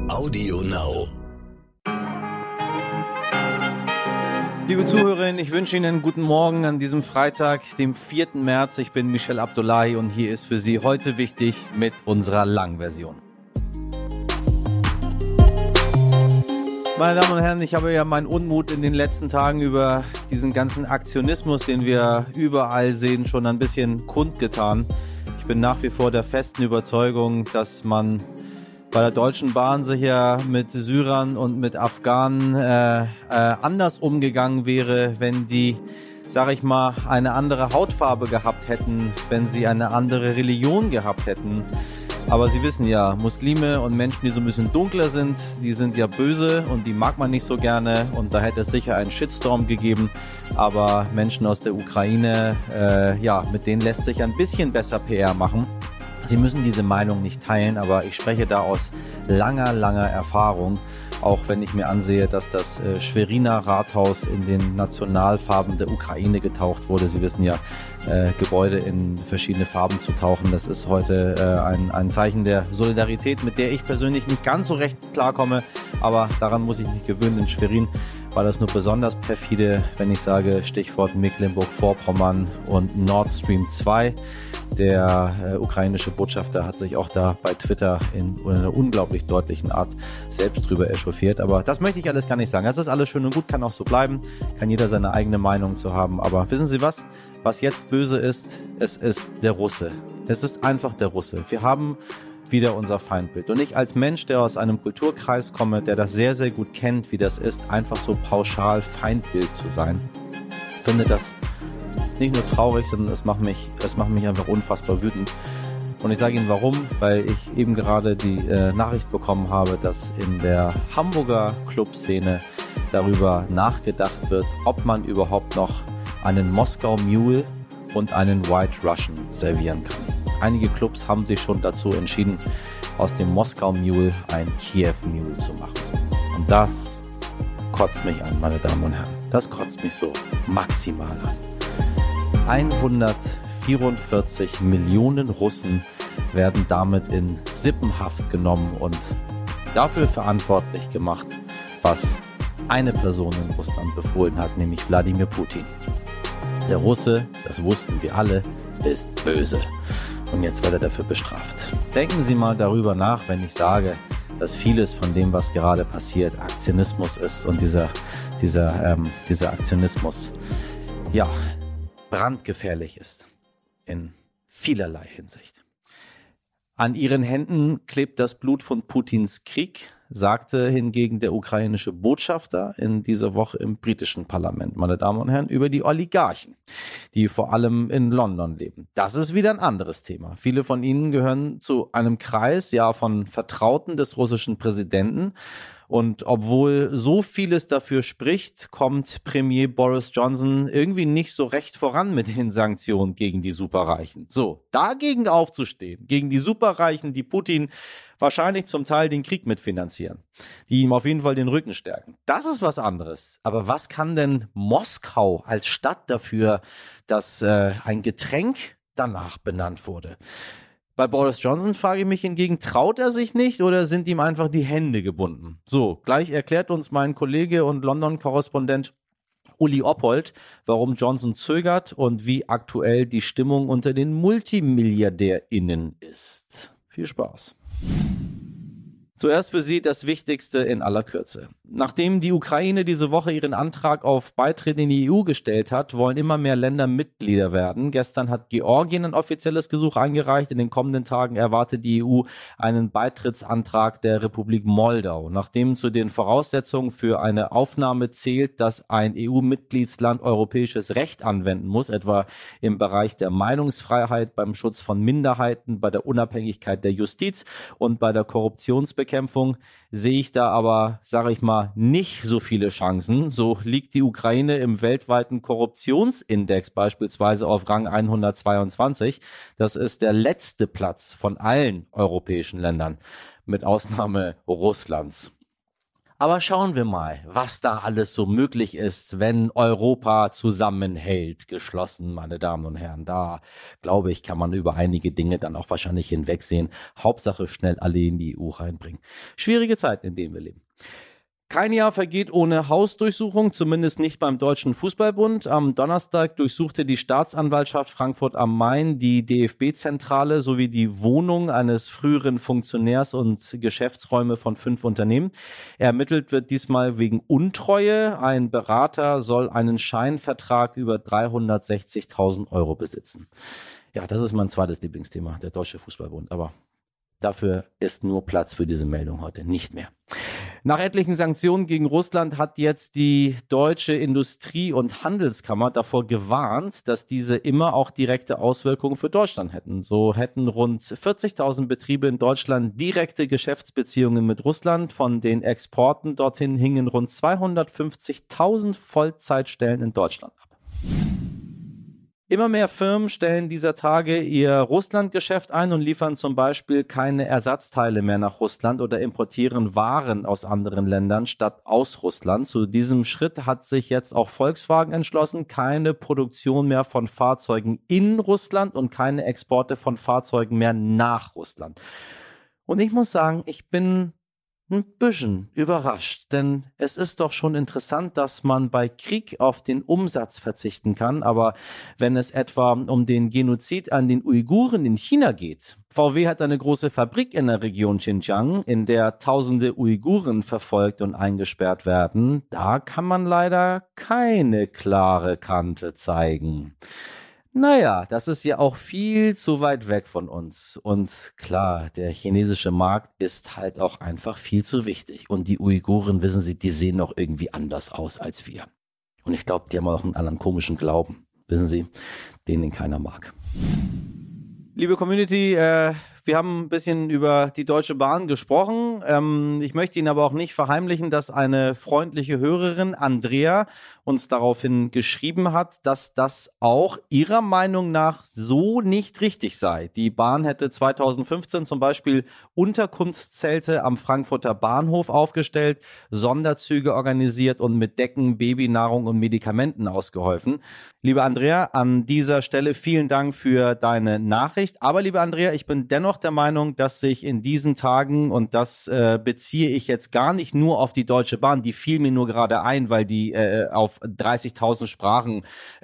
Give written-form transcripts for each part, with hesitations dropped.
Audio Now. Liebe Zuhörerinnen, ich wünsche Ihnen einen guten Morgen an diesem Freitag, dem 4. März. Ich bin Michel Abdullahi und hier ist für Sie heute wichtig mit unserer Langversion. Meine Damen und Herren, ich habe ja meinen Unmut in den letzten Tagen über diesen ganzen Aktionismus, den wir überall sehen, schon ein bisschen kundgetan. Ich bin nach wie vor der festen Überzeugung, dass man bei der Deutschen Bahn sicher mit Syrern und mit Afghanen anders umgegangen wäre, wenn die, sag ich mal, eine andere Hautfarbe gehabt hätten, wenn sie eine andere Religion gehabt hätten. Aber Sie wissen ja, Muslime und Menschen, die so ein bisschen dunkler sind, die sind ja böse und die mag man nicht so gerne und da hätte es sicher einen Shitstorm gegeben. Aber Menschen aus der Ukraine, mit denen lässt sich ein bisschen besser PR machen. Sie müssen diese Meinung nicht teilen, aber ich spreche da aus langer Erfahrung. Auch wenn ich mir ansehe, dass das Schweriner Rathaus in den Nationalfarben der Ukraine getaucht wurde. Sie wissen ja, Gebäude in verschiedene Farben zu tauchen, das ist heute ein Zeichen der Solidarität, mit der ich persönlich nicht ganz so recht klarkomme. Aber daran muss ich mich gewöhnen. In Schwerin war das nur besonders perfide, wenn ich sage Stichwort Mecklenburg-Vorpommern und Nord Stream 2. Der ukrainische Botschafter hat sich auch da bei Twitter in einer unglaublich deutlichen Art selbst drüber echauffiert. Aber das möchte ich alles gar nicht sagen. Das ist alles schön und gut, kann auch so bleiben. Kann jeder seine eigene Meinung zu haben. Aber wissen Sie was? Was jetzt böse ist, es ist der Russe. Es ist einfach der Russe. Wir haben wieder unser Feindbild. Und ich als Mensch, der aus einem Kulturkreis komme, der das sehr gut kennt, wie das ist, einfach so pauschal Feindbild zu sein, finde das nicht nur traurig, sondern es macht mich einfach unfassbar wütend. Und ich sage Ihnen warum, weil ich eben gerade die Nachricht bekommen habe, dass in der Hamburger Clubszene darüber nachgedacht wird, ob man überhaupt noch einen Moskau Mule und einen White Russian servieren kann. Einige Clubs haben sich schon dazu entschieden, aus dem Moskau Mule ein Kiew Mule zu machen. Und das kotzt mich an, meine Damen und Herren. Das kotzt mich so maximal an. 144 Millionen Russen werden damit in Sippenhaft genommen und dafür verantwortlich gemacht, was eine Person in Russland befohlen hat, nämlich Wladimir Putin. Der Russe, das wussten wir alle, ist böse und jetzt wird er dafür bestraft. Denken Sie mal darüber nach, wenn ich sage, dass vieles von dem, was gerade passiert, Aktionismus ist und dieser Aktionismus, brandgefährlich ist. In vielerlei Hinsicht. An ihren Händen klebt das Blut von Putins Krieg, sagte hingegen der ukrainische Botschafter in dieser Woche im britischen Parlament, meine Damen und Herren, über die Oligarchen, die vor allem in London leben. Das ist wieder ein anderes Thema. Viele von ihnen gehören zu einem Kreis, von Vertrauten des russischen Präsidenten. Und obwohl so vieles dafür spricht, kommt Premier Boris Johnson irgendwie nicht so recht voran mit den Sanktionen gegen die Superreichen. So, dagegen aufzustehen, gegen die Superreichen, die Putin wahrscheinlich zum Teil den Krieg mitfinanzieren, die ihm auf jeden Fall den Rücken stärken. Das ist was anderes. Aber was kann denn Moskau als Stadt dafür, dass ein Getränk danach benannt wurde? Bei Boris Johnson frage ich mich hingegen, traut er sich nicht oder sind ihm einfach die Hände gebunden? So, gleich erklärt uns mein Kollege und London-Korrespondent Uli Oppold, warum Johnson zögert und wie aktuell die Stimmung unter den MultimilliardärInnen ist. Viel Spaß. Zuerst für Sie das Wichtigste in aller Kürze. Nachdem die Ukraine diese Woche ihren Antrag auf Beitritt in die EU gestellt hat, wollen immer mehr Länder Mitglieder werden. Gestern hat Georgien ein offizielles Gesuch eingereicht. In den kommenden Tagen erwartet die EU einen Beitrittsantrag der Republik Moldau. Nachdem zu den Voraussetzungen für eine Aufnahme zählt, dass ein EU-Mitgliedsland europäisches Recht anwenden muss, etwa im Bereich der Meinungsfreiheit, beim Schutz von Minderheiten, bei der Unabhängigkeit der Justiz und bei der Korruptionsbekämpfung, sehe ich da aber, sage ich mal, nicht so viele Chancen. So liegt die Ukraine im weltweiten Korruptionsindex beispielsweise auf Rang 122. Das ist der letzte Platz von allen europäischen Ländern, mit Ausnahme Russlands. Aber schauen wir mal, was da alles so möglich ist, wenn Europa zusammenhält, geschlossen, meine Damen und Herren. Da, glaube ich, kann man über einige Dinge dann auch wahrscheinlich hinwegsehen. Hauptsache schnell alle in die EU reinbringen. Schwierige Zeit, in der wir leben. Kein Jahr vergeht ohne Hausdurchsuchung, zumindest nicht beim Deutschen Fußballbund. Am Donnerstag durchsuchte die Staatsanwaltschaft Frankfurt am Main die DFB-Zentrale sowie die Wohnung eines früheren Funktionärs und Geschäftsräume von 5 Unternehmen. Ermittelt wird diesmal wegen Untreue. Ein Berater soll einen Scheinvertrag über 360.000 Euro besitzen. Ja, das ist mein zweites Lieblingsthema, der Deutsche Fußballbund. Aber dafür ist nur Platz für diese Meldung heute nicht mehr. Nach etlichen Sanktionen gegen Russland hat jetzt die Deutsche Industrie- und Handelskammer davor gewarnt, dass diese immer auch direkte Auswirkungen für Deutschland hätten. So hätten rund 40.000 Betriebe in Deutschland direkte Geschäftsbeziehungen mit Russland. Von den Exporten dorthin hingen rund 250.000 Vollzeitstellen in Deutschland ab. Immer mehr Firmen stellen dieser Tage ihr Russlandgeschäft ein und liefern zum Beispiel keine Ersatzteile mehr nach Russland oder importieren Waren aus anderen Ländern statt aus Russland. Zu diesem Schritt hat sich jetzt auch Volkswagen entschlossen, keine Produktion mehr von Fahrzeugen in Russland und keine Exporte von Fahrzeugen mehr nach Russland. Und ich muss sagen, ich bin ein bisschen überrascht, denn es ist doch schon interessant, dass man bei Krieg auf den Umsatz verzichten kann, aber wenn es etwa um den Genozid an den Uiguren in China geht, VW hat eine große Fabrik in der Region Xinjiang, in der tausende Uiguren verfolgt und eingesperrt werden, da kann man leider keine klare Kante zeigen. Naja, das ist ja auch viel zu weit weg von uns. Und klar, der chinesische Markt ist halt auch einfach viel zu wichtig. Und die Uiguren, wissen Sie, die sehen auch irgendwie anders aus als wir. Und ich glaube, die haben auch einen anderen komischen Glauben. Wissen Sie, den keiner mag. Liebe Community, wir haben ein bisschen über die Deutsche Bahn gesprochen. Ich möchte Ihnen aber auch nicht verheimlichen, dass eine freundliche Hörerin, Andrea, uns daraufhin geschrieben hat, dass das auch ihrer Meinung nach so nicht richtig sei. Die Bahn hätte 2015 zum Beispiel Unterkunftszelte am Frankfurter Bahnhof aufgestellt, Sonderzüge organisiert und mit Decken, Babynahrung und Medikamenten ausgeholfen. Liebe Andrea, an dieser Stelle vielen Dank für deine Nachricht. Aber liebe Andrea, ich bin dennoch der Meinung, dass sich in diesen Tagen, und das beziehe ich jetzt gar nicht nur auf die Deutsche Bahn, die fiel mir nur gerade ein, weil die auf 30.000 Sprachen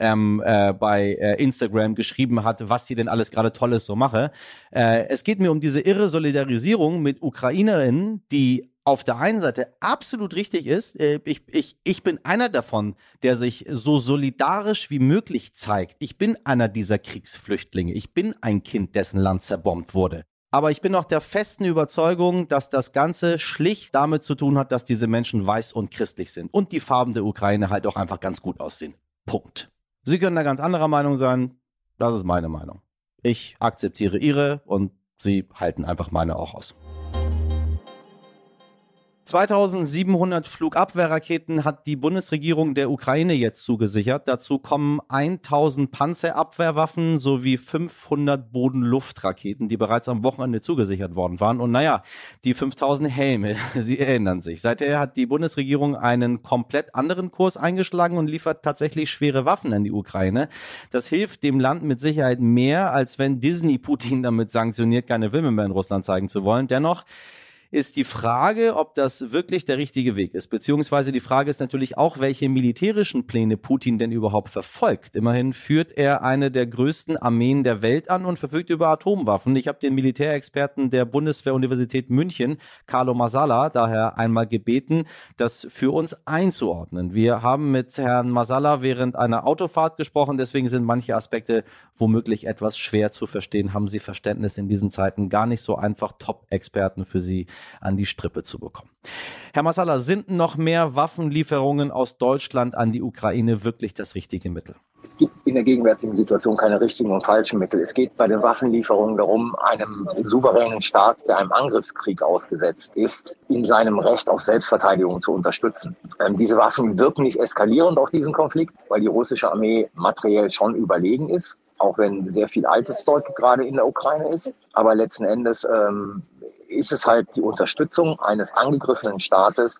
bei Instagram geschrieben hat, was sie denn alles gerade Tolles so mache. Es geht mir um diese irre Solidarisierung mit Ukrainerinnen, die auf der einen Seite absolut richtig ist. Ich bin einer davon, der sich so solidarisch wie möglich zeigt. Ich bin einer dieser Kriegsflüchtlinge. Ich bin ein Kind, dessen Land zerbombt wurde. Aber ich bin auch der festen Überzeugung, dass das Ganze schlicht damit zu tun hat, dass diese Menschen weiß und christlich sind und die Farben der Ukraine halt auch einfach ganz gut aussehen. Punkt. Sie können da ganz anderer Meinung sein. Das ist meine Meinung. Ich akzeptiere Ihre und Sie halten einfach meine auch aus. 2700 Flugabwehrraketen hat die Bundesregierung der Ukraine jetzt zugesichert. Dazu kommen 1000 Panzerabwehrwaffen sowie 500 Boden-Luft-Raketen, die bereits am Wochenende zugesichert worden waren. Und naja, die 5000 Helme, Sie erinnern sich. Seither hat die Bundesregierung einen komplett anderen Kurs eingeschlagen und liefert tatsächlich schwere Waffen an die Ukraine. Das hilft dem Land mit Sicherheit mehr, als wenn Disney Putin damit sanktioniert, keine Filme mehr in Russland zeigen zu wollen. Dennoch ist die Frage, ob das wirklich der richtige Weg ist. Beziehungsweise die Frage ist natürlich auch, welche militärischen Pläne Putin denn überhaupt verfolgt. Immerhin führt er eine der größten Armeen der Welt an und verfügt über Atomwaffen. Ich habe den Militärexperten der Bundeswehr-Universität München, Carlo Masala, daher einmal gebeten, das für uns einzuordnen. Wir haben mit Herrn Masala während einer Autofahrt gesprochen, deswegen sind manche Aspekte womöglich etwas schwer zu verstehen. Haben Sie Verständnis, in diesen Zeiten gar nicht so einfach Top-Experten für Sie an die Strippe zu bekommen. Herr Masala, sind noch mehr Waffenlieferungen aus Deutschland an die Ukraine wirklich das richtige Mittel? Es gibt in der gegenwärtigen Situation keine richtigen und falschen Mittel. Es geht bei den Waffenlieferungen darum, einem souveränen Staat, der einem Angriffskrieg ausgesetzt ist, in seinem Recht auf Selbstverteidigung zu unterstützen. Diese Waffen wirken nicht eskalierend auf diesen Konflikt, weil die russische Armee materiell schon überlegen ist, auch wenn sehr viel altes Zeug gerade in der Ukraine ist. Aber letzten Endes ist es halt die Unterstützung eines angegriffenen Staates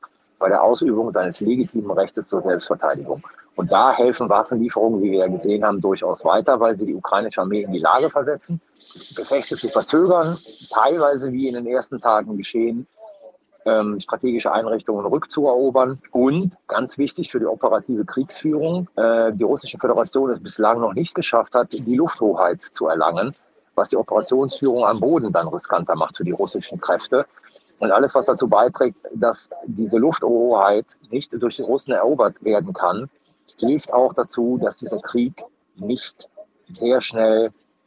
bei der Ausübung seines legitimen Rechtes zur Selbstverteidigung. Und da helfen Waffenlieferungen, wie wir ja gesehen haben, durchaus weiter, weil sie die ukrainische Armee in die Lage versetzen, Gefechte zu verzögern, teilweise wie in den ersten Tagen geschehen, strategische Einrichtungen rückzuerobern und, ganz wichtig für die operative Kriegsführung, die Russische Föderation es bislang noch nicht geschafft hat, die Lufthoheit zu erlangen, was die Operationsführung am Boden dann riskanter macht für die russischen Kräfte. Und alles, was dazu beiträgt, dass diese Lufthoheit nicht durch die Russen erobert werden kann, hilft auch dazu, dass dieser Krieg nicht sehr schnell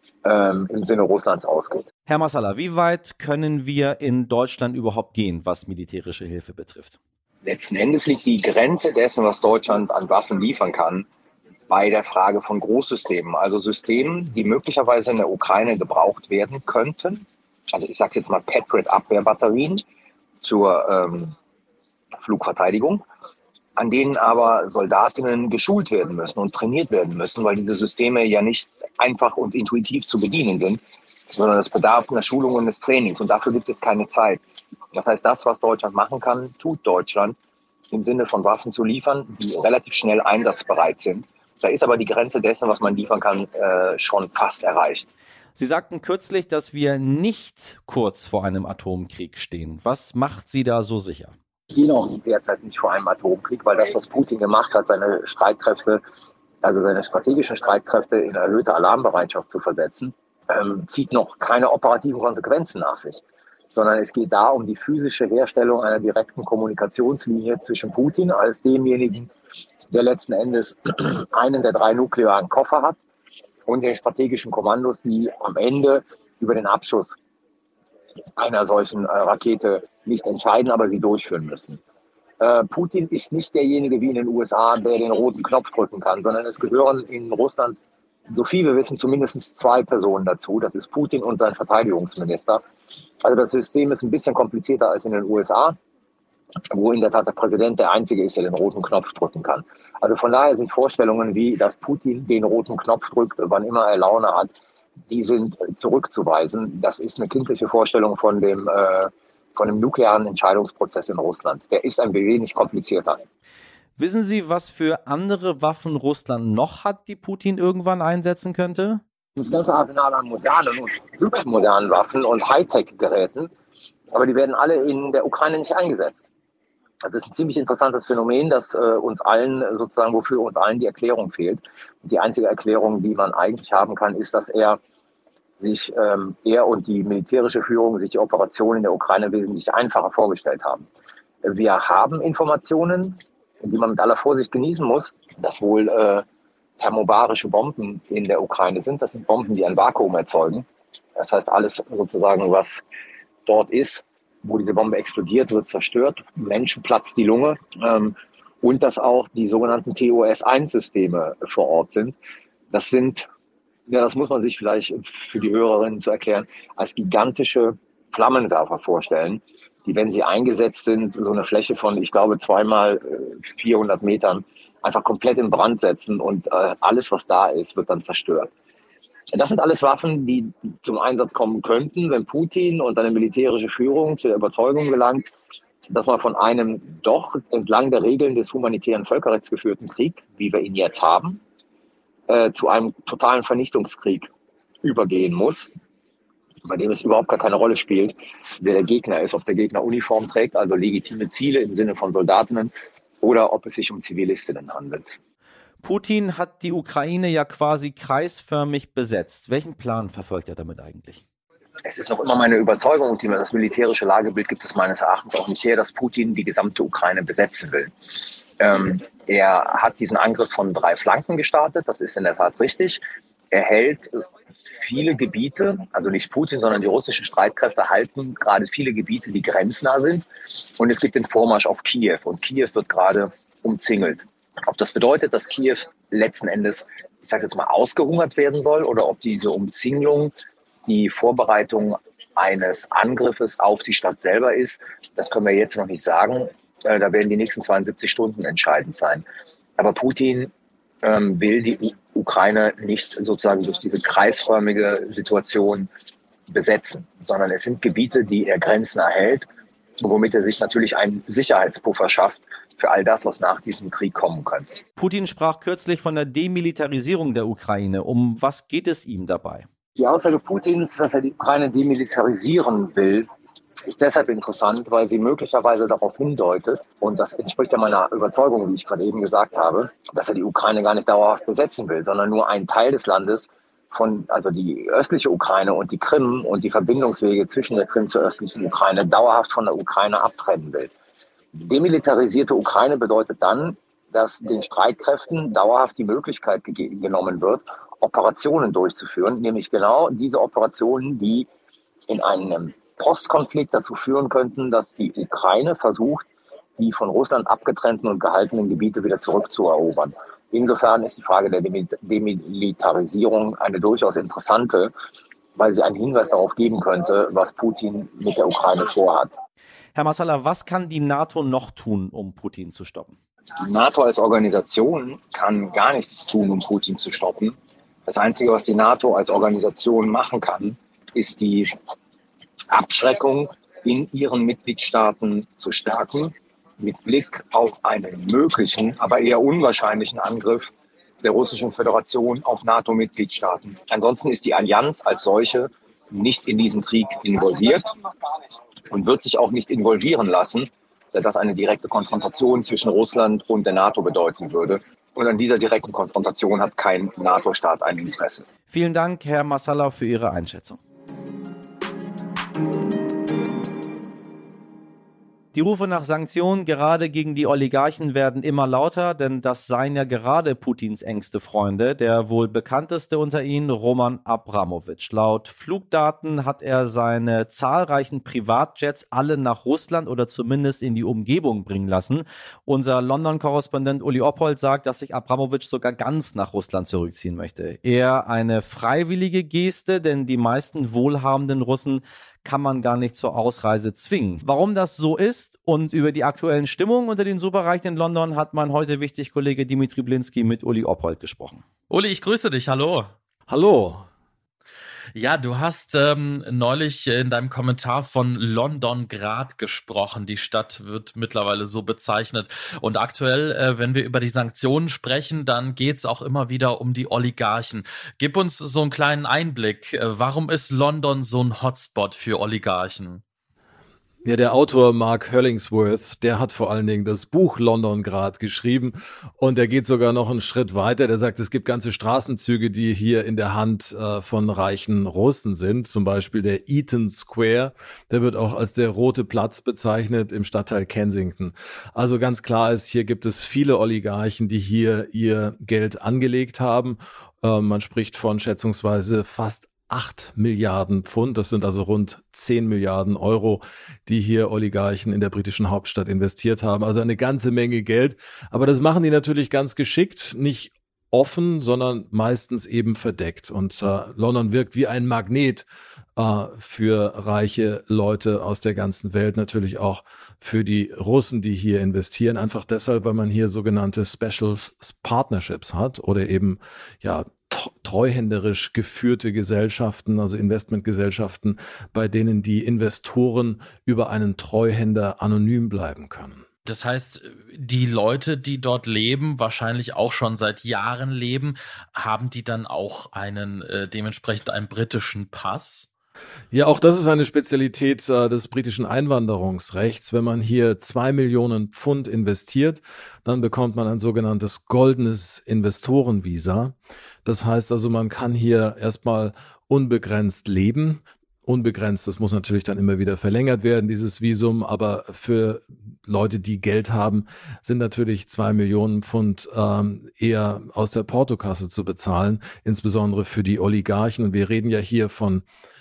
im Sinne Russlands ausgeht. Herr Massala, wie weit können wir in Deutschland überhaupt gehen, was militärische Hilfe betrifft? Letzten Endes liegt die Grenze dessen, was Deutschland an Waffen liefern kann, bei der Frage von Großsystemen, also Systemen, die möglicherweise in der Ukraine gebraucht werden könnten. Also ich sage jetzt mal Patriot-Abwehrbatterien zur Flugverteidigung, an denen aber Soldatinnen geschult werden müssen und trainiert werden müssen, weil diese Systeme ja nicht einfach und intuitiv zu bedienen sind, sondern es bedarf einer Schulung und des Trainings und dafür gibt es keine Zeit. Das heißt, das, was Deutschland machen kann, tut Deutschland im Sinne von Waffen zu liefern, die relativ schnell einsatzbereit sind. Da ist aber die Grenze dessen, was man liefern kann, schon fast erreicht. Sie sagten kürzlich, dass wir nicht kurz vor einem Atomkrieg stehen. Was macht Sie da so sicher? Wir stehen auch derzeit nicht vor einem Atomkrieg, weil das, was Putin gemacht hat, seine Streitkräfte, also seine strategischen Streitkräfte in erhöhte Alarmbereitschaft zu versetzen, zieht noch keine operativen Konsequenzen nach sich, sondern es geht da um die physische Herstellung einer direkten Kommunikationslinie zwischen Putin als demjenigen, der letzten Endes einen der 3 nuklearen Koffer hat, und den strategischen Kommandos, die am Ende über den Abschuss einer solchen Rakete nicht entscheiden, aber sie durchführen müssen. Putin ist nicht derjenige wie in den USA, der den roten Knopf drücken kann, sondern es gehören in Russland, so viel wir wissen, zumindest 2 Personen dazu. Das ist Putin und sein Verteidigungsminister. Also das System ist ein bisschen komplizierter als in den USA, wo in der Tat der Präsident der Einzige ist, der den roten Knopf drücken kann. Also von daher sind Vorstellungen wie, dass Putin den roten Knopf drückt, wann immer er Laune hat, die sind zurückzuweisen. Das ist eine kindliche Vorstellung von dem nuklearen Entscheidungsprozess in Russland. Der ist ein wenig komplizierter. Wissen Sie, was für andere Waffen Russland noch hat, die Putin irgendwann einsetzen könnte? Das ganze Arsenal an modernen und höchstmodernen Waffen und Hightech-Geräten, aber die werden alle in der Ukraine nicht eingesetzt. Das ist ein ziemlich interessantes Phänomen, das uns allen sozusagen, wofür uns allen die Erklärung fehlt. Und die einzige Erklärung, die man eigentlich haben kann, ist, dass er und die militärische Führung sich die Operation in der Ukraine wesentlich einfacher vorgestellt haben. Wir haben Informationen, die man mit aller Vorsicht genießen muss, dass wohl thermobarische Bomben in der Ukraine sind. Das sind Bomben, die ein Vakuum erzeugen. Das heißt, alles sozusagen, was dort ist, wo diese Bombe explodiert, wird zerstört. Menschen platzt die Lunge. Und dass auch die sogenannten TOS-1-Systeme vor Ort sind. Das sind, ja, das muss man sich vielleicht für die Hörerinnen zu erklären, als gigantische Flammenwerfer vorstellen, die, wenn sie eingesetzt sind, so eine Fläche von, ich glaube, 2 mal 400 Metern einfach komplett in Brand setzen und alles, was da ist, wird dann zerstört. Das sind alles Waffen, die zum Einsatz kommen könnten, wenn Putin und seine militärische Führung zu der Überzeugung gelangt, dass man von einem doch entlang der Regeln des humanitären Völkerrechts geführten Krieg, wie wir ihn jetzt haben, zu einem totalen Vernichtungskrieg übergehen muss, bei dem es überhaupt gar keine Rolle spielt, wer der Gegner ist, ob der Gegner Uniform trägt, also legitime Ziele im Sinne von Soldatinnen, oder ob es sich um Zivilistinnen handelt. Putin hat die Ukraine ja quasi kreisförmig besetzt. Welchen Plan verfolgt er damit eigentlich? Es ist noch immer meine Überzeugung, und das militärische Lagebild gibt es meines Erachtens auch nicht her, dass Putin die gesamte Ukraine besetzen will. Er hat diesen Angriff von 3 Flanken gestartet, das ist in der Tat richtig. Er hält viele Gebiete, also nicht Putin, sondern die russischen Streitkräfte halten gerade viele Gebiete, die grenznah sind. Und es gibt den Vormarsch auf Kiew und Kiew wird gerade umzingelt. Ob das bedeutet, dass Kiew letzten Endes, ich sage jetzt mal, ausgehungert werden soll oder ob diese Umzingelung die Vorbereitung eines Angriffes auf die Stadt selber ist, das können wir jetzt noch nicht sagen. Da werden die nächsten 72 Stunden entscheidend sein. Aber Putin will die Ukraine nicht sozusagen durch diese kreisförmige Situation besetzen, sondern es sind Gebiete, die er grenzennah hält womit er sich natürlich einen Sicherheitspuffer schafft für all das, was nach diesem Krieg kommen könnte. Putin sprach kürzlich von der Demilitarisierung der Ukraine. Um was geht es ihm dabei? Die Aussage Putins, dass er die Ukraine demilitarisieren will, ist deshalb interessant, weil sie möglicherweise darauf hindeutet, und das entspricht ja meiner Überzeugung, wie ich gerade eben gesagt habe, dass er die Ukraine gar nicht dauerhaft besetzen will, sondern nur einen Teil des Landes, also die östliche Ukraine und die Krim und die Verbindungswege zwischen der Krim zur östlichen Ukraine dauerhaft von der Ukraine abtrennen will. Demilitarisierte Ukraine bedeutet dann, dass den Streitkräften dauerhaft die Möglichkeit genommen wird, Operationen durchzuführen, nämlich genau diese Operationen, die in einem Postkonflikt dazu führen könnten, dass die Ukraine versucht, die von Russland abgetrennten und gehaltenen Gebiete wieder zurückzuerobern. Insofern ist die Frage der Demilitarisierung eine durchaus interessante, weil sie einen Hinweis darauf geben könnte, was Putin mit der Ukraine vorhat. Herr Massala, was kann die NATO noch tun, um Putin zu stoppen? Die NATO als Organisation kann gar nichts tun, um Putin zu stoppen. Das Einzige, was die NATO als Organisation machen kann, ist die Abschreckung in ihren Mitgliedstaaten zu stärken, mit Blick auf einen möglichen, aber eher unwahrscheinlichen Angriff der Russischen Föderation auf NATO-Mitgliedstaaten. Ansonsten ist die Allianz als solche nicht in diesen Krieg involviert und wird sich auch nicht involvieren lassen, da das eine direkte Konfrontation zwischen Russland und der NATO bedeuten würde. Und an dieser direkten Konfrontation hat kein NATO-Staat ein Interesse. Vielen Dank, Herr Massala, für Ihre Einschätzung. Die Rufe nach Sanktionen gerade gegen die Oligarchen werden immer lauter, denn das seien ja gerade Putins engste Freunde. Der wohl bekannteste unter ihnen, Roman Abramowitsch. Laut Flugdaten hat er seine zahlreichen Privatjets alle nach Russland oder zumindest in die Umgebung bringen lassen. Unser London-Korrespondent Uli Oppold sagt, dass sich Abramowitsch sogar ganz nach Russland zurückziehen möchte. Eher eine freiwillige Geste, denn die meisten wohlhabenden Russen kann man gar nicht zur Ausreise zwingen. Warum das so ist und über die aktuellen Stimmungen unter den Superreichen in London hat mein heute wichtig Kollege Dimitri Blinski mit Uli Oppold gesprochen. Uli, ich grüße dich, hallo. Hallo. Ja, du hast neulich in deinem Kommentar von Londongrad gesprochen. Die Stadt wird mittlerweile so bezeichnet. Und aktuell, wenn wir über die Sanktionen sprechen, dann geht's auch immer wieder um die Oligarchen. Gib uns so einen kleinen Einblick. Warum ist London so ein Hotspot für Oligarchen? Ja, der Autor Mark Hollingsworth, der hat vor allen Dingen das Buch Londongrad geschrieben und der geht sogar noch einen Schritt weiter. Der sagt, es gibt ganze Straßenzüge, die hier in der Hand von reichen Russen sind. Zum Beispiel der Eaton Square, der wird auch als der Rote Platz bezeichnet im Stadtteil Kensington. Also ganz klar ist, hier gibt es viele Oligarchen, die hier ihr Geld angelegt haben. Man spricht von schätzungsweise fast 8 Milliarden Pfund, das sind also rund 10 Milliarden Euro, die hier Oligarchen in der britischen Hauptstadt investiert haben. Also eine ganze Menge Geld. Aber das machen die natürlich ganz geschickt, nicht offen, sondern meistens eben verdeckt. Und London wirkt wie ein Magnet für reiche Leute aus der ganzen Welt, natürlich auch für die Russen, die hier investieren. Einfach deshalb, weil man hier sogenannte Special Partnerships hat oder eben treuhänderisch geführte Gesellschaften, also Investmentgesellschaften, bei denen die Investoren über einen Treuhänder anonym bleiben können. Das heißt, die Leute, die dort leben, wahrscheinlich auch schon seit Jahren leben, haben die dann auch dementsprechend einen britischen Pass? Ja, auch das ist eine Spezialität des britischen Einwanderungsrechts. Wenn man hier 2 Millionen Pfund investiert, dann bekommt man ein sogenanntes goldenes Investorenvisa. Das heißt also, man kann hier erstmal unbegrenzt leben. Unbegrenzt, das muss natürlich dann immer wieder verlängert werden, dieses Visum, aber für Leute, die Geld haben, sind natürlich 2 Millionen Pfund eher aus der Portokasse zu bezahlen, insbesondere für die Oligarchen. Und wir reden ja hier von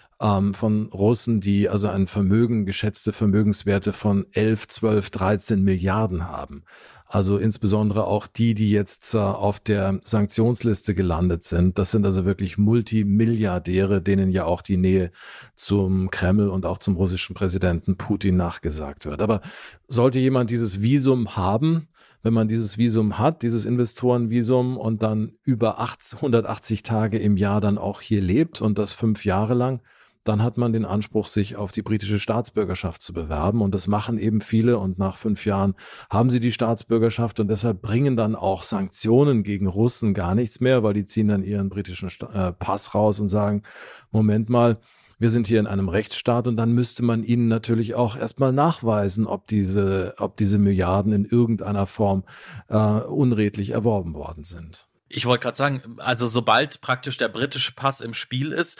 Russen, die also geschätzte Vermögenswerte von 11, 12, 13 Milliarden haben. Also insbesondere auch die jetzt auf der Sanktionsliste gelandet sind. Das sind also wirklich Multimilliardäre, denen ja auch die Nähe zum Kreml und auch zum russischen Präsidenten Putin nachgesagt wird. Aber sollte jemand dieses Visum haben, wenn man dieses Visum hat, dieses Investorenvisum und dann über 180 Tage im Jahr dann auch hier lebt und das 5 Jahre lang, dann hat man den Anspruch, sich auf die britische Staatsbürgerschaft zu bewerben. Und das machen eben viele. Und nach 5 Jahren haben sie die Staatsbürgerschaft. Und deshalb bringen dann auch Sanktionen gegen Russen gar nichts mehr, weil die ziehen dann ihren britischen Pass raus und sagen, Moment mal, wir sind hier in einem Rechtsstaat, und dann müsste man ihnen natürlich auch erstmal nachweisen, ob diese Milliarden in irgendeiner Form unredlich erworben worden sind. Ich wollte gerade sagen, also sobald praktisch der britische Pass im Spiel ist,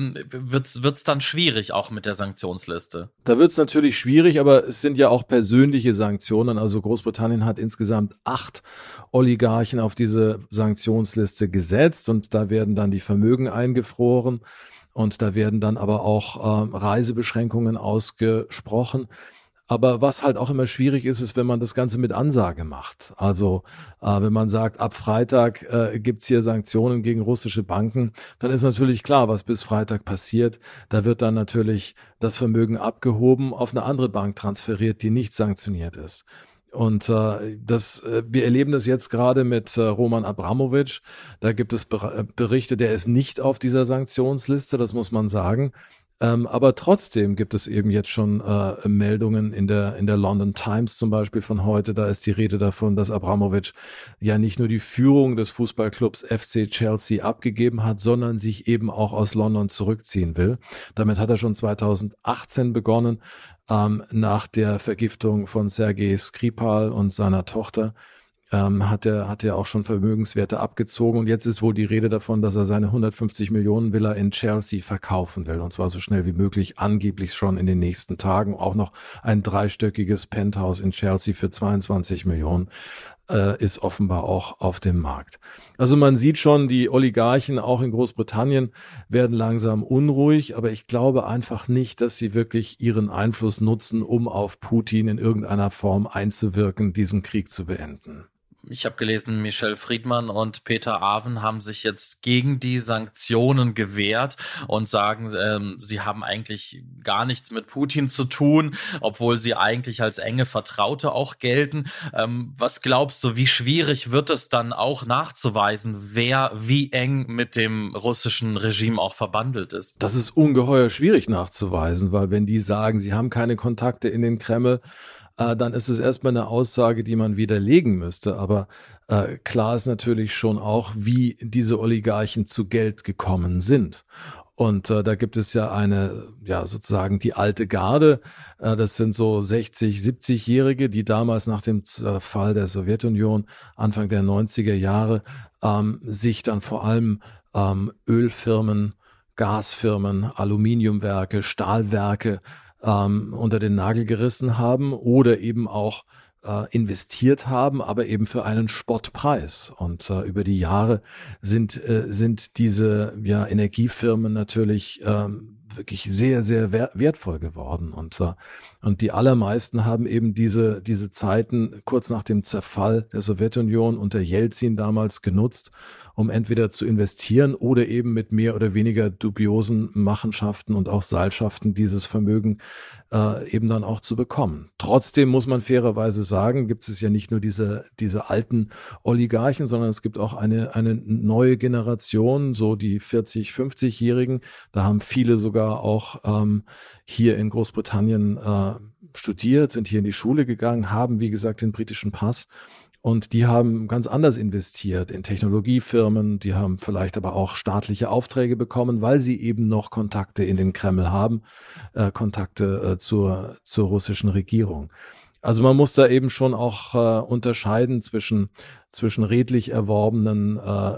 wird's dann schwierig, auch mit der Sanktionsliste. Da wird's natürlich schwierig, aber es sind ja auch persönliche Sanktionen. Also Großbritannien hat insgesamt 8 Oligarchen auf diese Sanktionsliste gesetzt, und da werden dann die Vermögen eingefroren, und da werden dann aber auch Reisebeschränkungen ausgesprochen. Aber was halt auch immer schwierig ist, ist, wenn man das Ganze mit Ansage macht. Also wenn man sagt, ab Freitag gibt's hier Sanktionen gegen russische Banken, dann ist natürlich klar, was bis Freitag passiert. Da wird dann natürlich das Vermögen abgehoben, auf eine andere Bank transferiert, die nicht sanktioniert ist. Und wir erleben das jetzt gerade mit Roman Abramovich. Da gibt es Berichte, der ist nicht auf dieser Sanktionsliste, das muss man sagen. Aber trotzdem gibt es eben jetzt schon Meldungen in der London Times zum Beispiel von heute. Da ist die Rede davon, dass Abramovich ja nicht nur die Führung des Fußballclubs FC Chelsea abgegeben hat, sondern sich eben auch aus London zurückziehen will. Damit hat er schon 2018 begonnen, nach der Vergiftung von Sergei Skripal und seiner Tochter. Hat er auch schon Vermögenswerte abgezogen, und jetzt ist wohl die Rede davon, dass er seine 150 Millionen Villa in Chelsea verkaufen will, und zwar so schnell wie möglich, angeblich schon in den nächsten Tagen. Auch noch ein 3-stöckiges Penthouse in Chelsea für 22 Millionen ist offenbar auch auf dem Markt. Also man sieht schon, die Oligarchen auch in Großbritannien werden langsam unruhig, aber ich glaube einfach nicht, dass sie wirklich ihren Einfluss nutzen, um auf Putin in irgendeiner Form einzuwirken, diesen Krieg zu beenden. Ich habe gelesen, Michel Friedmann und Peter Aven haben sich jetzt gegen die Sanktionen gewehrt und sagen, sie haben eigentlich gar nichts mit Putin zu tun, obwohl sie eigentlich als enge Vertraute auch gelten. Was glaubst du, wie schwierig wird es dann auch nachzuweisen, wer wie eng mit dem russischen Regime auch verbandelt ist? Das ist ungeheuer schwierig nachzuweisen, weil wenn die sagen, sie haben keine Kontakte in den Kreml, dann ist es erstmal eine Aussage, die man widerlegen müsste. Aber klar ist natürlich schon auch, wie diese Oligarchen zu Geld gekommen sind. Und da gibt es ja sozusagen die alte Garde. Das sind so 60-, 70-Jährige, die damals nach dem Fall der Sowjetunion Anfang der 90er Jahre sich dann vor allem Ölfirmen, Gasfirmen, Aluminiumwerke, Stahlwerke unter den Nagel gerissen haben oder eben auch investiert haben, aber eben für einen Spottpreis. Und über die Jahre sind diese Energiefirmen natürlich wirklich sehr, sehr wertvoll geworden. Und die allermeisten haben eben diese Zeiten kurz nach dem Zerfall der Sowjetunion unter Jelzin damals genutzt, um entweder zu investieren oder eben mit mehr oder weniger dubiosen Machenschaften und auch Seilschaften dieses Vermögen eben dann auch zu bekommen. Trotzdem muss man fairerweise sagen, gibt es ja nicht nur diese alten Oligarchen, sondern es gibt auch eine neue Generation, so die 40-, 50-Jährigen. Da haben viele sogar auch hier in Großbritannien studiert, sind hier in die Schule gegangen, haben, wie gesagt, den britischen Pass. Und die haben ganz anders investiert in Technologiefirmen, die haben vielleicht aber auch staatliche Aufträge bekommen, weil sie eben noch Kontakte in den Kreml haben, Kontakte zur russischen Regierung. Also man muss da eben schon auch unterscheiden zwischen redlich erworbenen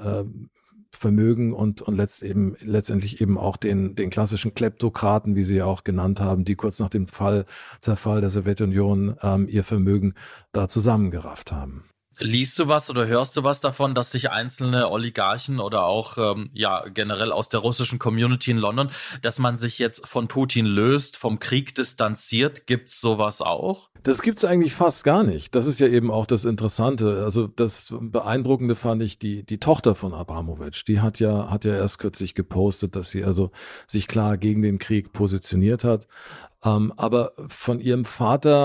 Vermögen und letztendlich eben auch den klassischen Kleptokraten, wie sie ja auch genannt haben, die kurz nach dem Zerfall der Sowjetunion ihr Vermögen da zusammengerafft haben. Liest du was oder hörst du was davon, dass sich einzelne Oligarchen oder auch generell aus der russischen Community in London, dass man sich jetzt von Putin löst, vom Krieg distanziert? Gibt's sowas auch? Das gibt's eigentlich fast gar nicht. Das ist ja eben auch das Interessante. Also das Beeindruckende fand ich die Tochter von Abramovich. Die hat ja erst kürzlich gepostet, dass sie also sich klar gegen den Krieg positioniert hat. Aber von ihrem Vater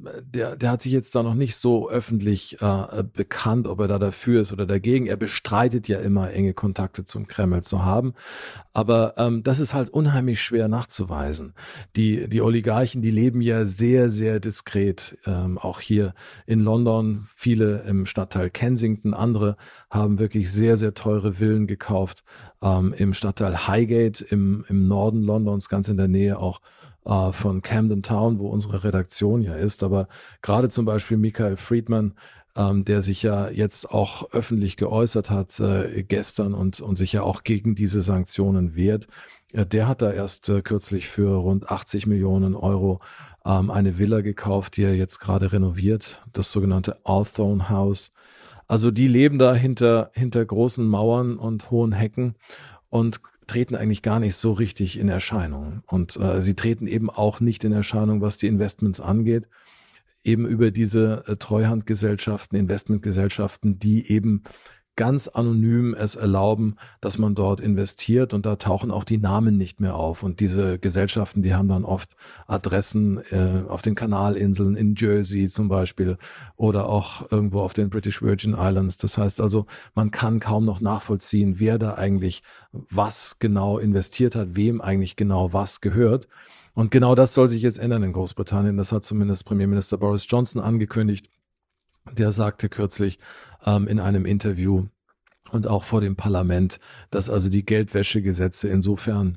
der hat sich jetzt da noch nicht so öffentlich bekannt, ob er da dafür ist oder dagegen. Er bestreitet ja immer, enge Kontakte zum Kreml zu haben. Aber das ist halt unheimlich schwer nachzuweisen. Die Oligarchen, die leben ja sehr, sehr diskret. Auch hier in London, viele im Stadtteil Kensington, andere haben wirklich sehr, sehr teure Villen gekauft. Im Stadtteil Highgate im Norden Londons, ganz in der Nähe auch von Camden Town, wo unsere Redaktion ja ist. Aber gerade zum Beispiel Michael Friedman, der sich ja jetzt auch öffentlich geäußert hat gestern und sich ja auch gegen diese Sanktionen wehrt, der hat da erst kürzlich für rund 80 Millionen Euro eine Villa gekauft, die er jetzt gerade renoviert, das sogenannte Hawthorne House. Also die leben da hinter großen Mauern und hohen Hecken und treten eigentlich gar nicht so richtig in Erscheinung. Und sie treten eben auch nicht in Erscheinung, was die Investments angeht, eben über diese Treuhandgesellschaften, Investmentgesellschaften, die eben ganz anonym es erlauben, dass man dort investiert, und da tauchen auch die Namen nicht mehr auf. Und diese Gesellschaften, die haben dann oft Adressen auf den Kanalinseln in Jersey zum Beispiel oder auch irgendwo auf den British Virgin Islands. Das heißt also, man kann kaum noch nachvollziehen, wer da eigentlich was genau investiert hat, wem eigentlich genau was gehört. Und genau das soll sich jetzt ändern in Großbritannien. Das hat zumindest Premierminister Boris Johnson angekündigt. Der sagte kürzlich in einem Interview und auch vor dem Parlament, dass also die Geldwäschegesetze insofern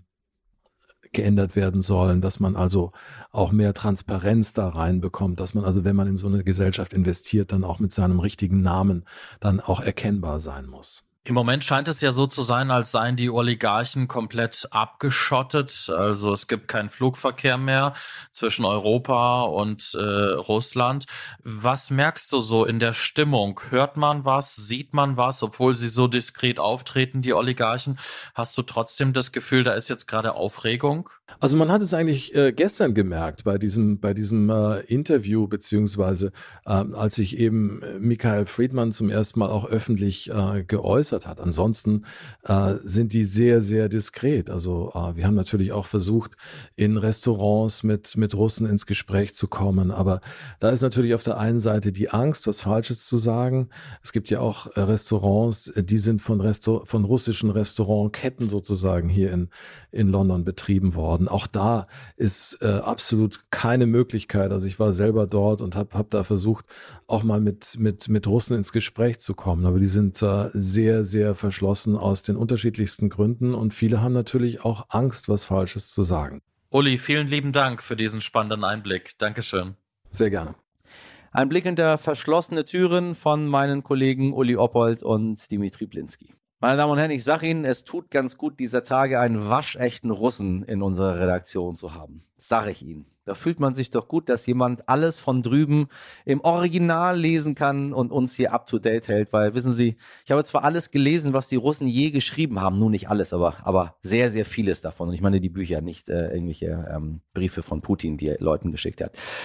geändert werden sollen, dass man also auch mehr Transparenz da reinbekommt, dass man also, wenn man in so eine Gesellschaft investiert, dann auch mit seinem richtigen Namen dann auch erkennbar sein muss. Im Moment scheint es ja so zu sein, als seien die Oligarchen komplett abgeschottet. Also es gibt keinen Flugverkehr mehr zwischen Europa und Russland. Was merkst du so in der Stimmung? Hört man was? Sieht man was? Obwohl sie so diskret auftreten, die Oligarchen, hast du trotzdem das Gefühl, da ist jetzt gerade Aufregung? Also man hat es eigentlich gestern gemerkt bei diesem Interview, beziehungsweise als sich eben Michael Friedman zum ersten Mal auch öffentlich geäußert hat. Ansonsten sind die sehr, sehr diskret. Also wir haben natürlich auch versucht, in Restaurants mit Russen ins Gespräch zu kommen. Aber da ist natürlich auf der einen Seite die Angst, was Falsches zu sagen. Es gibt ja auch Restaurants, die sind von russischen Restaurantketten sozusagen hier in London betrieben worden. Auch da ist absolut keine Möglichkeit. Also ich war selber dort und hab da versucht, auch mal mit Russen ins Gespräch zu kommen. Aber die sind sehr, sehr verschlossen aus den unterschiedlichsten Gründen. Und viele haben natürlich auch Angst, was Falsches zu sagen. Uli, vielen lieben Dank für diesen spannenden Einblick. Dankeschön. Sehr gerne. Ein Blick hinter verschlossene Türen von meinen Kollegen Uli Oppold und Dimitri Blinski. Meine Damen und Herren, ich sage Ihnen, es tut ganz gut, dieser Tage einen waschechten Russen in unserer Redaktion zu haben. Sage ich Ihnen. Da fühlt man sich doch gut, dass jemand alles von drüben im Original lesen kann und uns hier up-to-date hält. Weil, wissen Sie, ich habe zwar alles gelesen, was die Russen je geschrieben haben, nun nicht alles, aber sehr, sehr vieles davon. Und ich meine die Bücher, nicht irgendwelche Briefe von Putin, die er Leuten geschickt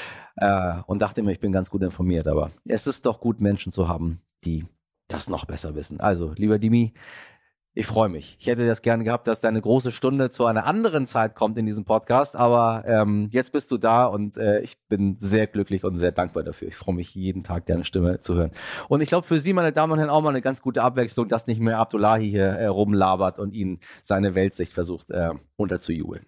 hat. Und dachte mir, ich bin ganz gut informiert. Aber es ist doch gut, Menschen zu haben, die das noch besser wissen. Also, lieber Dimi, ich freue mich. Ich hätte das gerne gehabt, dass deine große Stunde zu einer anderen Zeit kommt in diesem Podcast, aber jetzt bist du da und ich bin sehr glücklich und sehr dankbar dafür. Ich freue mich jeden Tag, deine Stimme zu hören. Und ich glaube, für Sie, meine Damen und Herren, auch mal eine ganz gute Abwechslung, dass nicht mehr Abdullahi hier rumlabert und Ihnen seine Weltsicht versucht unterzujubeln.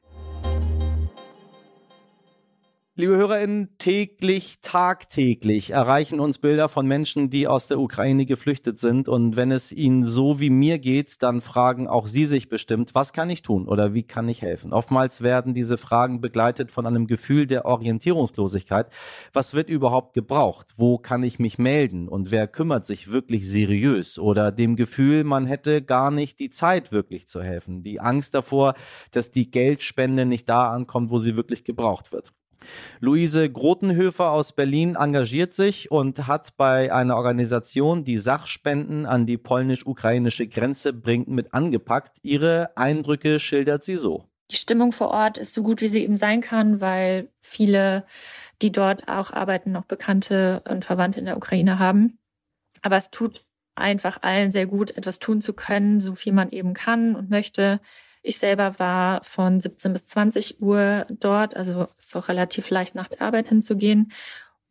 Liebe HörerInnen, tagtäglich erreichen uns Bilder von Menschen, die aus der Ukraine geflüchtet sind. Und wenn es ihnen so wie mir geht, dann fragen auch sie sich bestimmt, was kann ich tun oder wie kann ich helfen? Oftmals werden diese Fragen begleitet von einem Gefühl der Orientierungslosigkeit. Was wird überhaupt gebraucht? Wo kann ich mich melden? Und wer kümmert sich wirklich seriös? Oder dem Gefühl, man hätte gar nicht die Zeit, wirklich zu helfen. Die Angst davor, dass die Geldspende nicht da ankommt, wo sie wirklich gebraucht wird. Luise Grotenhöfer aus Berlin engagiert sich und hat bei einer Organisation, die Sachspenden an die polnisch-ukrainische Grenze bringt, mit angepackt. Ihre Eindrücke schildert sie so. Die Stimmung vor Ort ist so gut, wie sie eben sein kann, weil viele, die dort auch arbeiten, noch Bekannte und Verwandte in der Ukraine haben. Aber es tut einfach allen sehr gut, etwas tun zu können, so viel man eben kann und möchte. Ich selber war von 17 bis 20 Uhr dort, also ist auch relativ leicht nach der Arbeit hinzugehen.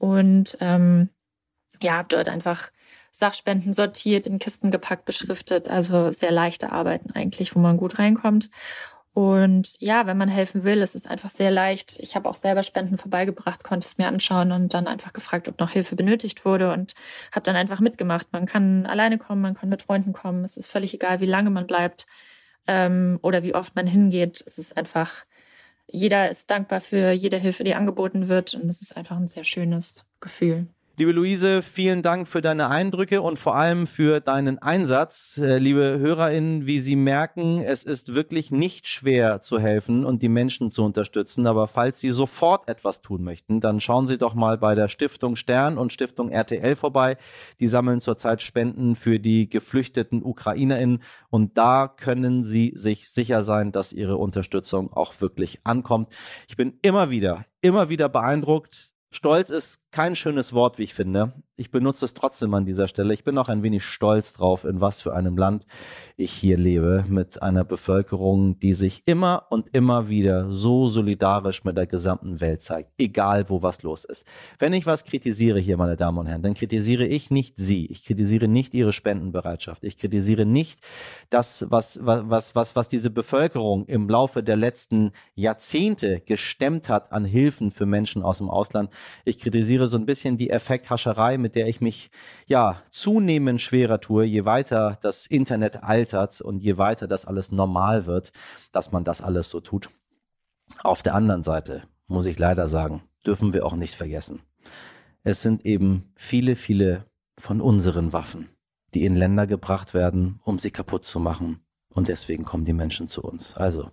und habe dort einfach Sachspenden sortiert, in Kisten gepackt, beschriftet, also sehr leichte Arbeiten eigentlich, wo man gut reinkommt. Und ja, wenn man helfen will, ist es einfach sehr leicht. Ich habe auch selber Spenden vorbeigebracht, konnte es mir anschauen und dann einfach gefragt, ob noch Hilfe benötigt wurde und habe dann einfach mitgemacht. Man kann alleine kommen, man kann mit Freunden kommen. Es ist völlig egal, wie lange man bleibt oder wie oft man hingeht. Es ist einfach, jeder ist dankbar für jede Hilfe, die angeboten wird und es ist einfach ein sehr schönes Gefühl. Liebe Luise, vielen Dank für deine Eindrücke und vor allem für deinen Einsatz. Liebe HörerInnen, wie Sie merken, es ist wirklich nicht schwer zu helfen und die Menschen zu unterstützen. Aber falls Sie sofort etwas tun möchten, dann schauen Sie doch mal bei der Stiftung Stern und Stiftung RTL vorbei. Die sammeln zurzeit Spenden für die geflüchteten UkrainerInnen und da können Sie sich sicher sein, dass Ihre Unterstützung auch wirklich ankommt. Ich bin immer wieder beeindruckt. Stolz ist kein schönes Wort, wie ich finde. Ich benutze es trotzdem an dieser Stelle. Ich bin auch ein wenig stolz drauf, in was für einem Land ich hier lebe, mit einer Bevölkerung, die sich immer und immer wieder so solidarisch mit der gesamten Welt zeigt, egal wo was los ist. Wenn ich was kritisiere hier, meine Damen und Herren, dann kritisiere ich nicht Sie. Ich kritisiere nicht Ihre Spendenbereitschaft. Ich kritisiere nicht das, was diese Bevölkerung im Laufe der letzten Jahrzehnte gestemmt hat an Hilfen für Menschen aus dem Ausland. Ich kritisiere so ein bisschen die Effekthascherei, mit der ich mich zunehmend schwerer tue, je weiter das Internet altert und je weiter das alles normal wird, dass man das alles so tut. Auf der anderen Seite, muss ich leider sagen, dürfen wir auch nicht vergessen. Es sind eben viele, viele von unseren Waffen, die in Länder gebracht werden, um sie kaputt zu machen. Und deswegen kommen die Menschen zu uns. Also,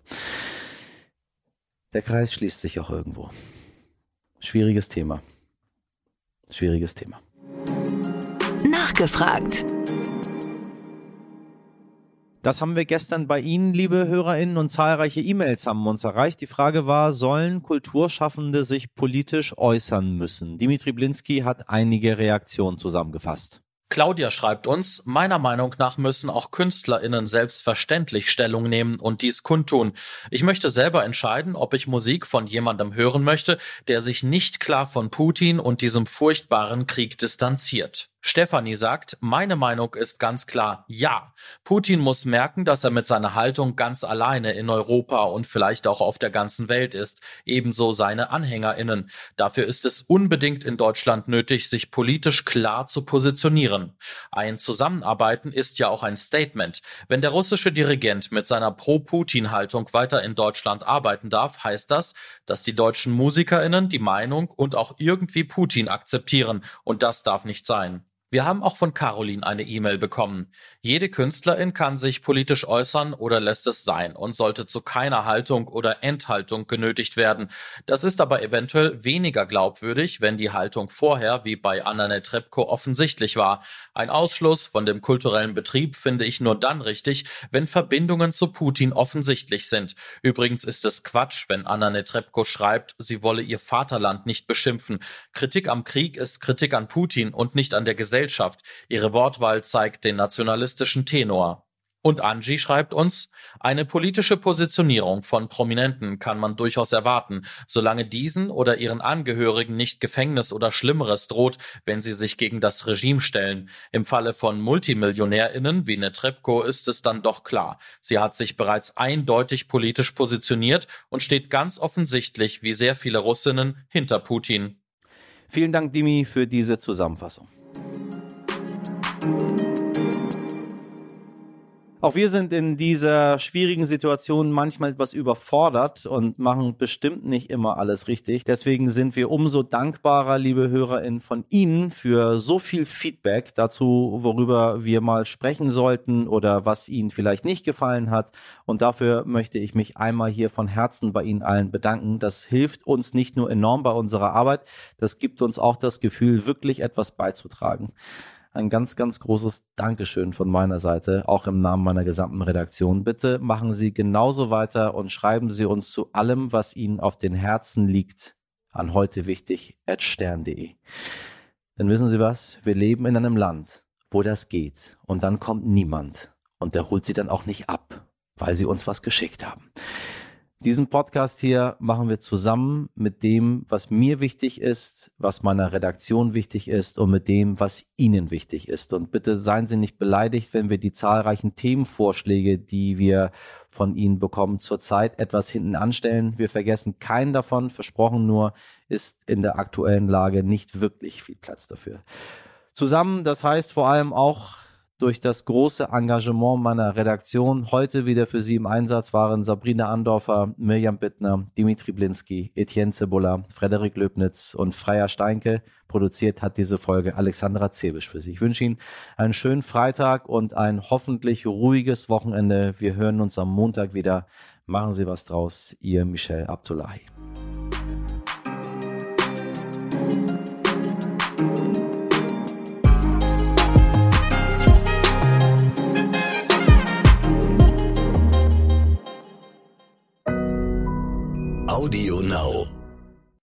der Kreis schließt sich auch irgendwo. Schwieriges Thema. Nachgefragt. Das haben wir gestern bei Ihnen, liebe HörerInnen, und zahlreiche E-Mails haben uns erreicht. Die Frage war, sollen Kulturschaffende sich politisch äußern müssen? Dimitri Blinski hat einige Reaktionen zusammengefasst. Claudia schreibt uns, meiner Meinung nach müssen auch KünstlerInnen selbstverständlich Stellung nehmen und dies kundtun. Ich möchte selber entscheiden, ob ich Musik von jemandem hören möchte, der sich nicht klar von Putin und diesem furchtbaren Krieg distanziert. Stefanie sagt, meine Meinung ist ganz klar, ja. Putin muss merken, dass er mit seiner Haltung ganz alleine in Europa und vielleicht auch auf der ganzen Welt ist. Ebenso seine AnhängerInnen. Dafür ist es unbedingt in Deutschland nötig, sich politisch klar zu positionieren. Ein Zusammenarbeiten ist ja auch ein Statement. Wenn der russische Dirigent mit seiner Pro-Putin-Haltung weiter in Deutschland arbeiten darf, heißt das, dass die deutschen MusikerInnen die Meinung und auch irgendwie Putin akzeptieren. Und das darf nicht sein. Wir haben auch von Caroline eine E-Mail bekommen. Jede Künstlerin kann sich politisch äußern oder lässt es sein und sollte zu keiner Haltung oder Enthaltung genötigt werden. Das ist aber eventuell weniger glaubwürdig, wenn die Haltung vorher, wie bei Anna Netrebko, offensichtlich war. Ein Ausschluss von dem kulturellen Betrieb finde ich nur dann richtig, wenn Verbindungen zu Putin offensichtlich sind. Übrigens ist es Quatsch, wenn Anna Netrebko schreibt, sie wolle ihr Vaterland nicht beschimpfen. Kritik am Krieg ist Kritik an Putin und nicht an der Gesellschaft. Ihre Wortwahl zeigt den nationalistischen Tenor. Und Angie schreibt uns, eine politische Positionierung von Prominenten kann man durchaus erwarten, solange diesen oder ihren Angehörigen nicht Gefängnis oder Schlimmeres droht, wenn sie sich gegen das Regime stellen. Im Falle von MultimillionärInnen wie Netrebko ist es dann doch klar. Sie hat sich bereits eindeutig politisch positioniert und steht ganz offensichtlich, wie sehr viele Russinnen, hinter Putin. Vielen Dank, Dimi, für diese Zusammenfassung. Auch wir sind in dieser schwierigen Situation manchmal etwas überfordert und machen bestimmt nicht immer alles richtig. Deswegen sind wir umso dankbarer, liebe HörerInnen, von Ihnen für so viel Feedback dazu, worüber wir mal sprechen sollten oder was Ihnen vielleicht nicht gefallen hat. Und dafür möchte ich mich einmal hier von Herzen bei Ihnen allen bedanken. Das hilft uns nicht nur enorm bei unserer Arbeit, das gibt uns auch das Gefühl, wirklich etwas beizutragen. Ein ganz, ganz großes Dankeschön von meiner Seite, auch im Namen meiner gesamten Redaktion. Bitte machen Sie genauso weiter und schreiben Sie uns zu allem, was Ihnen auf den Herzen liegt, an heutewichtig@stern.de. Denn wissen Sie was? Wir leben in einem Land, wo das geht. Und dann kommt niemand. Und der holt Sie dann auch nicht ab, weil Sie uns was geschickt haben. Diesen Podcast hier machen wir zusammen mit dem, was mir wichtig ist, was meiner Redaktion wichtig ist und mit dem, was Ihnen wichtig ist. Und bitte seien Sie nicht beleidigt, wenn wir die zahlreichen Themenvorschläge, die wir von Ihnen bekommen, zurzeit etwas hinten anstellen. Wir vergessen keinen davon, versprochen, nur ist in der aktuellen Lage nicht wirklich viel Platz dafür. Zusammen, das heißt vor allem auch durch das große Engagement meiner Redaktion. Heute wieder für Sie im Einsatz waren Sabrina Andorfer, Mirjam Bittner, Dimitri Blinski, Etienne Cebola, Frederik Löbnitz und Freya Steinke. Produziert hat diese Folge Alexandra Zebisch für Sie. Ich wünsche Ihnen einen schönen Freitag und ein hoffentlich ruhiges Wochenende. Wir hören uns am Montag wieder. Machen Sie was draus. Ihr Michel Abdullahi. Audio Now.